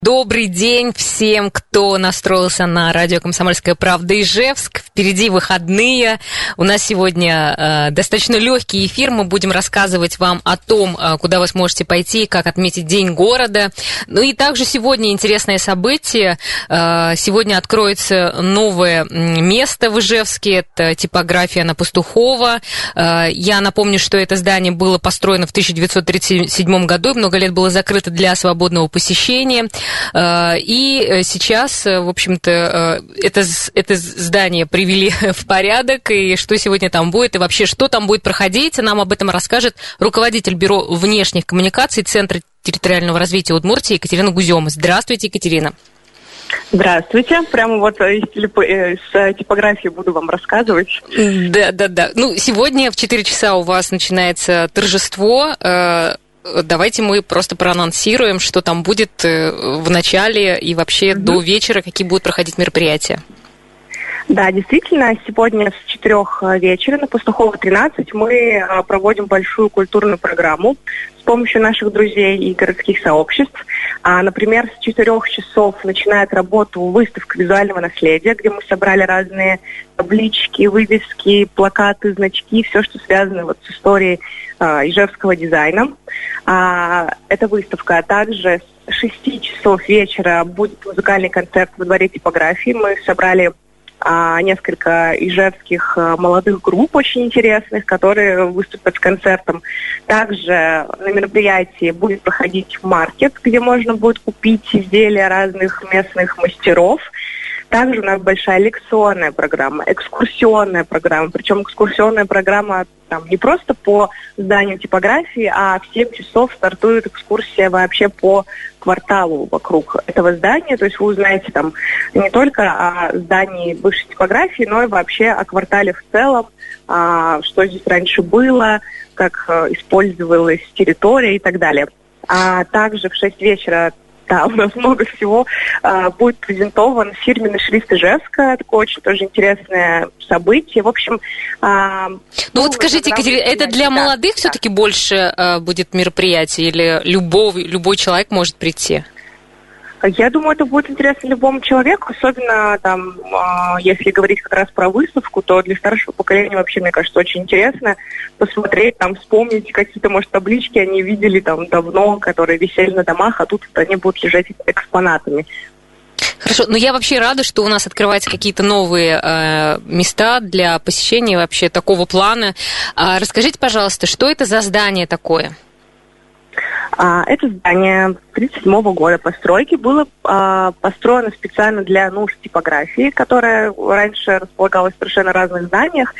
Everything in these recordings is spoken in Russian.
Добрый день всем, кто настроился на радио «Комсомольская правда» Ижевск. Впереди выходные. У нас сегодня достаточно легкий эфир. Мы будем рассказывать вам о том, куда вы сможете пойти, как отметить День города. Ну и также сегодня интересное событие. Сегодня откроется новое место в Ижевске. Это типография на Пастухова. Я напомню, что это здание было построено в 1937 году и много лет было закрыто для свободного посещения. И сейчас, в общем-то, это здание привели в порядок, и что сегодня там будет, и вообще, что там будет проходить, нам об этом расскажет руководитель Бюро внешних коммуникаций Центра территориального развития Удмуртии Екатерина Гузема. Здравствуйте, Екатерина. Здравствуйте. Прямо вот с типографии буду вам рассказывать. Да. Ну, сегодня в 4 часа у вас начинается торжество. Давайте мы просто проанонсируем, что там будет в начале и вообще до вечера, какие будут проходить мероприятия. Да, действительно, сегодня с 4 вечера на Пастухова 13 мы проводим большую культурную программу с помощью наших друзей и городских сообществ. Например, с 4 часов начинает работу выставка визуального наследия, где мы собрали разные таблички, вывески, плакаты, значки, все, что связано вот с историей ижевского дизайна. Эта выставка. Также с 6 часов вечера будет музыкальный концерт во дворе типографии. Мы собрали несколько ижевских молодых групп очень интересных, которые выступят с концертом. Также на мероприятии будет проходить маркет, где можно будет купить изделия разных местных мастеров. Также у нас большая лекционная программа, экскурсионная программа. Причем экскурсионная программа там не просто по зданию типографии, а в 7 часов стартует экскурсия вообще по кварталу вокруг этого здания. То есть вы узнаете там не только о здании бывшей типографии, но и вообще о квартале в целом, что здесь раньше было, как использовалась территория и так далее. А также в 6 вечера у нас много всего. Будет презентован фирменный шрифт Ижевска. Такое очень тоже интересное событие. В общем... Ну вот скажите, Екатерина, это для молодых все-таки больше будет мероприятие или любой человек может прийти? Я думаю, это будет интересно любому человеку, особенно там, если говорить как раз про выставку, то для старшего поколения вообще, мне кажется, очень интересно посмотреть, там, вспомнить какие-то, может, таблички они видели там давно, которые висели на домах, а тут они будут лежать экспонатами. Хорошо, но я вообще рада, что у нас открываются какие-то новые места для посещения вообще такого плана. Расскажите, пожалуйста, что это за здание такое? Это здание 1937 года постройки было построено специально для нужд типографии, которая раньше располагалась в совершенно разных зданиях,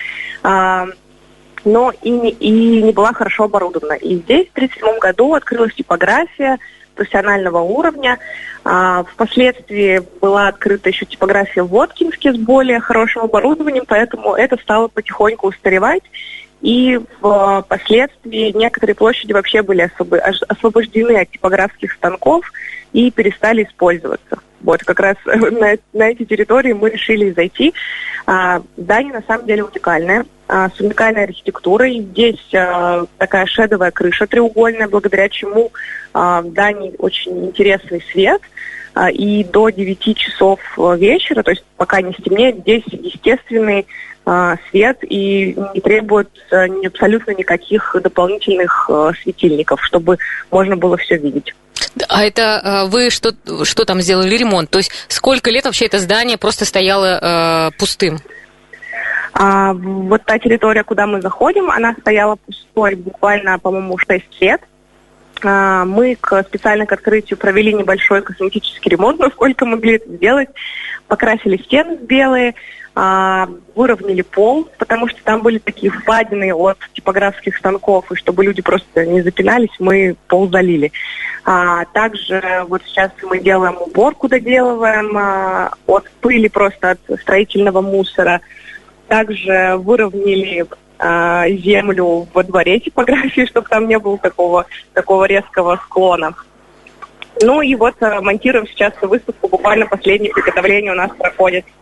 но и не была хорошо оборудована. И здесь в 1937 году открылась типография профессионального уровня. Впоследствии была открыта еще типография в Воткинске с более хорошим оборудованием, поэтому это стало потихоньку устаревать. И впоследствии некоторые площади вообще были освобождены от типографских станков и перестали использоваться. Вот как раз на эти территории мы решили зайти. Здание на самом деле уникальное, с уникальной архитектурой. Здесь такая шедовая крыша треугольная, благодаря чему в здании очень интересный свет. И до 9 часов вечера, то есть пока не стемнеет, здесь естественный свет и не требует абсолютно никаких дополнительных светильников, чтобы можно было все видеть. А это вы что там сделали ремонт? То есть сколько лет вообще это здание просто стояло пустым? Вот та территория, куда мы заходим, она стояла пустой буквально, по-моему, 6 лет. Мы специально к открытию провели небольшой косметический ремонт, насколько могли это сделать. Покрасили стены белые, выровняли пол, потому что там были такие впадины от типографских станков, и чтобы люди просто не запинались, мы пол залили. Также вот сейчас мы делаем уборку, доделываем от пыли, просто от строительного мусора. Также выровняли землю во дворе типографии, чтобы там не было такого резкого склона. Ну и вот монтируем сейчас выставку, буквально последнее приготовление у нас проходит.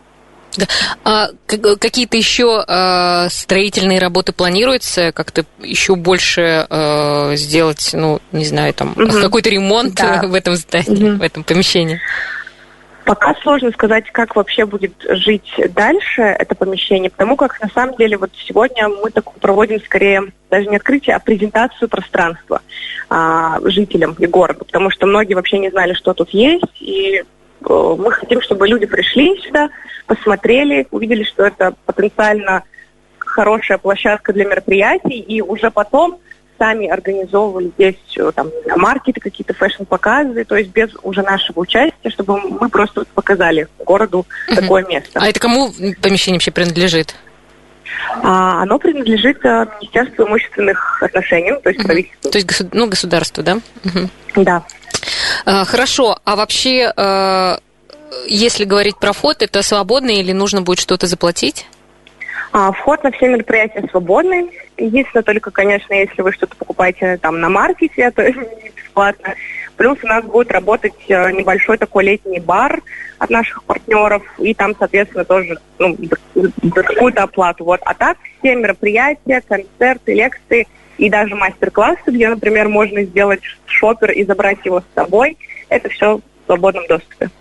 Да. А какие-то еще строительные работы планируются? Как-то еще больше сделать, ну, не знаю, там, какой-то ремонт в этом здании, в этом помещении? Пока сложно сказать, как вообще будет жить дальше это помещение, потому как на самом деле вот сегодня мы проводим скорее даже не открытие, а презентацию пространства жителям и городу, потому что многие вообще не знали, что тут есть, и мы хотим, чтобы люди пришли сюда, посмотрели, увидели, что это потенциально хорошая площадка для мероприятий, и уже потом сами организовывали здесь там маркеты, какие-то фэшн-показы, то есть без уже нашего участия, чтобы мы просто показали городу такое место. А это кому помещение вообще принадлежит? Оно принадлежит Министерству имущественных отношений, то есть правительству. То есть государству, да? Да. Хорошо. А вообще, если говорить про вход, это свободно или нужно будет что-то заплатить? Вход на все мероприятия свободный. Единственное, только, конечно, если вы что-то покупаете там на маркете, это не бесплатно. Плюс у нас будет работать небольшой такой летний бар от наших партнеров, и там, соответственно, тоже за какую-то оплату. Вот. А так все мероприятия, концерты, лекции и даже мастер-классы, где, например, можно сделать шопер и забрать его с собой, это все в свободном доступе.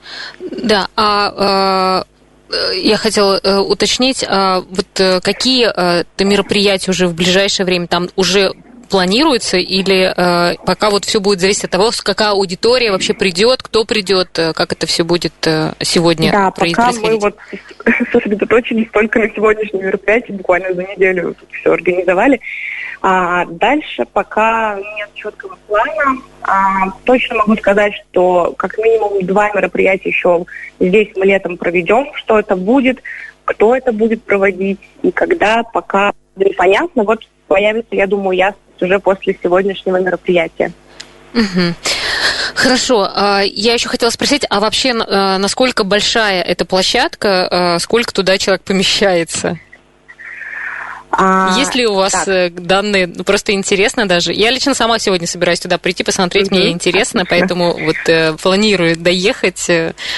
Да, я хотела уточнить, вот какие-то мероприятия уже в ближайшее время там уже планируются, или пока вот все будет зависеть от того, какая аудитория вообще придет, кто придет, как это все будет сегодня происходить? Да, пока мы вот сосредоточились только на сегодняшнем мероприятии, буквально за неделю тут все организовали. Дальше пока нет четкого плана. Точно могу сказать, что как минимум 2 мероприятия еще здесь мы летом проведем. Что это будет, кто это будет проводить и когда, пока непонятно. Вот появится, я думаю, ясность уже после сегодняшнего мероприятия. Хорошо. Я еще хотела спросить, а вообще насколько большая эта площадка, сколько туда человек помещается? Есть ли у вас данные? Просто интересно даже. Я лично сама сегодня собираюсь туда прийти, посмотреть, мне интересно, поэтому вот планирую доехать.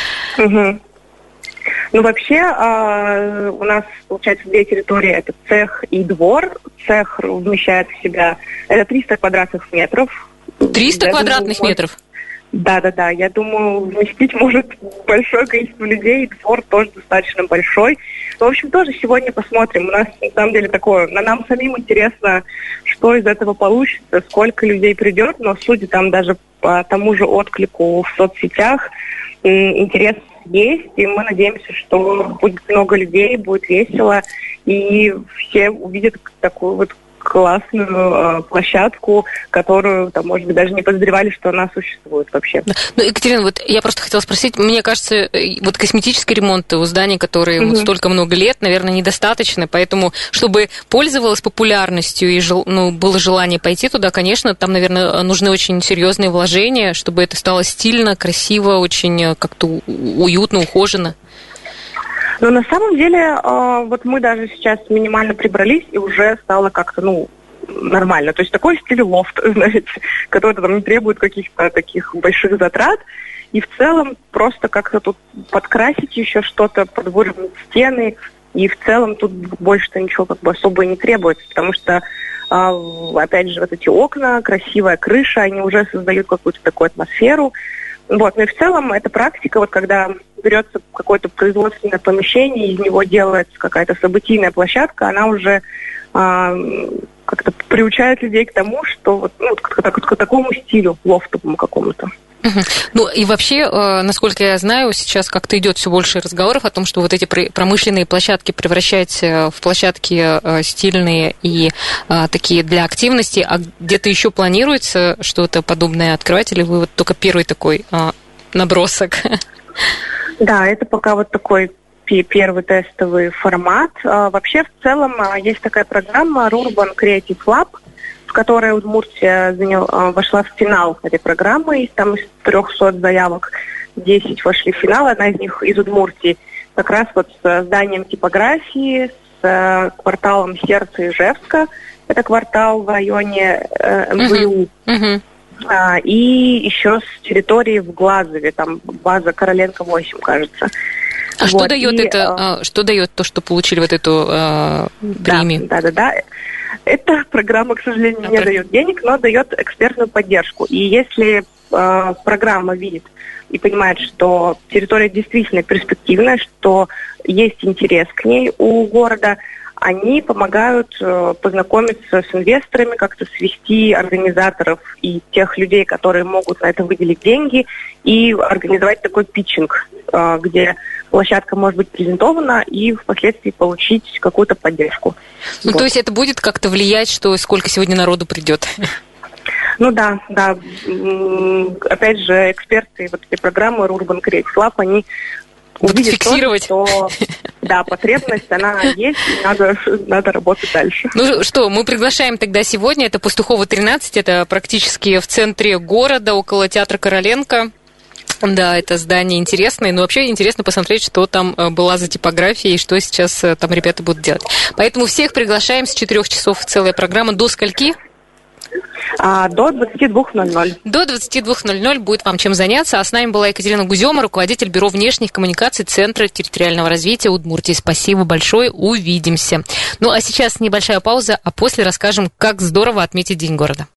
Ну, вообще, у нас, получается, 2 территории. Это цех и двор. Цех вмещает в себя... Это 300 квадратных метров. 300 квадратных метров? Да. Я думаю, вместить может большое количество людей. Двор тоже достаточно большой. В общем, тоже сегодня посмотрим. У нас, на самом деле, такое... Нам самим интересно, что из этого получится, сколько людей придет. Но, судя там даже по тому же отклику в соцсетях, интерес есть, и мы надеемся, что будет много людей, будет весело, и все увидят такую вот классную площадку, которую, там, может быть, даже не подозревали, что она существует вообще. Ну, Екатерина, вот я просто хотела спросить, мне кажется, вот косметический ремонт у зданий, которые вот столько много лет, наверное, недостаточно, поэтому, чтобы пользовалась популярностью и было желание пойти туда, конечно, там, наверное, нужны очень серьезные вложения, чтобы это стало стильно, красиво, очень как-то уютно, ухоженно. Но на самом деле, вот мы даже сейчас минимально прибрались, и уже стало как-то, нормально. То есть такой стиль лофт, знаете, который там не требует каких-то таких больших затрат. И в целом просто как-то тут подкрасить еще что-то, подвыровнять стены. И в целом тут больше-то ничего как бы особо и не требуется, потому что, опять же, вот эти окна, красивая крыша, они уже создают какую-то такую атмосферу. Вот, ну и в целом эта практика, вот когда берется какое-то производственное помещение, из него делается какая-то событийная площадка, она уже как-то приучает людей к тому, что вот, к такому стилю лофтовому какому-то. Ну и вообще, насколько я знаю, сейчас как-то идет все больше разговоров о том, что вот эти промышленные площадки превращать в площадки стильные и такие для активности, а где-то еще планируется что-то подобное открывать, или вы вот только первый такой набросок? Да, это пока вот такой первый тестовый формат. Вообще, в целом, есть такая программа Urban Creative Lab, в которой Удмуртия вошла в финал этой программы. Там из 300 заявок 10 вошли в финал, одна из них из Удмуртии. Как раз вот с зданием типографии, с кварталом Сердца Ижевска. Это квартал в районе МВУ. И еще с территории в Глазове, там база Короленко 8, кажется. А что дает это? Что дает то, что получили вот эту премию? Да. Эта программа, к сожалению, не дает денег, но дает экспертную поддержку. И если программа видит и понимает, что территория действительно перспективная, что есть интерес к ней у города, они помогают познакомиться с инвесторами, как-то свести организаторов и тех людей, которые могут на это выделить деньги, и организовать такой питчинг, где площадка может быть презентована и впоследствии получить какую-то поддержку. Ну, то есть это будет как-то влиять, что сколько сегодня народу придет? Ну да. Опять же, эксперты вот этой программы Urban Creative Lab, они увидят фиксировать. То, что да, потребность, она есть, и надо работать дальше. Ну что, мы приглашаем тогда сегодня, это Пастухова, 13, это практически в центре города, около театра Короленко. Да, это здание интересное, но вообще интересно посмотреть, что там была за типография и что сейчас там ребята будут делать. Поэтому всех приглашаем с 4 часов целая программа. До скольки? До 22:00. До 22:00 будет вам чем заняться. А с нами была Екатерина Гузема, руководитель Бюро внешних коммуникаций Центра территориального развития Удмуртии. Спасибо большое, увидимся. Ну а сейчас небольшая пауза, а после расскажем, как здорово отметить День города.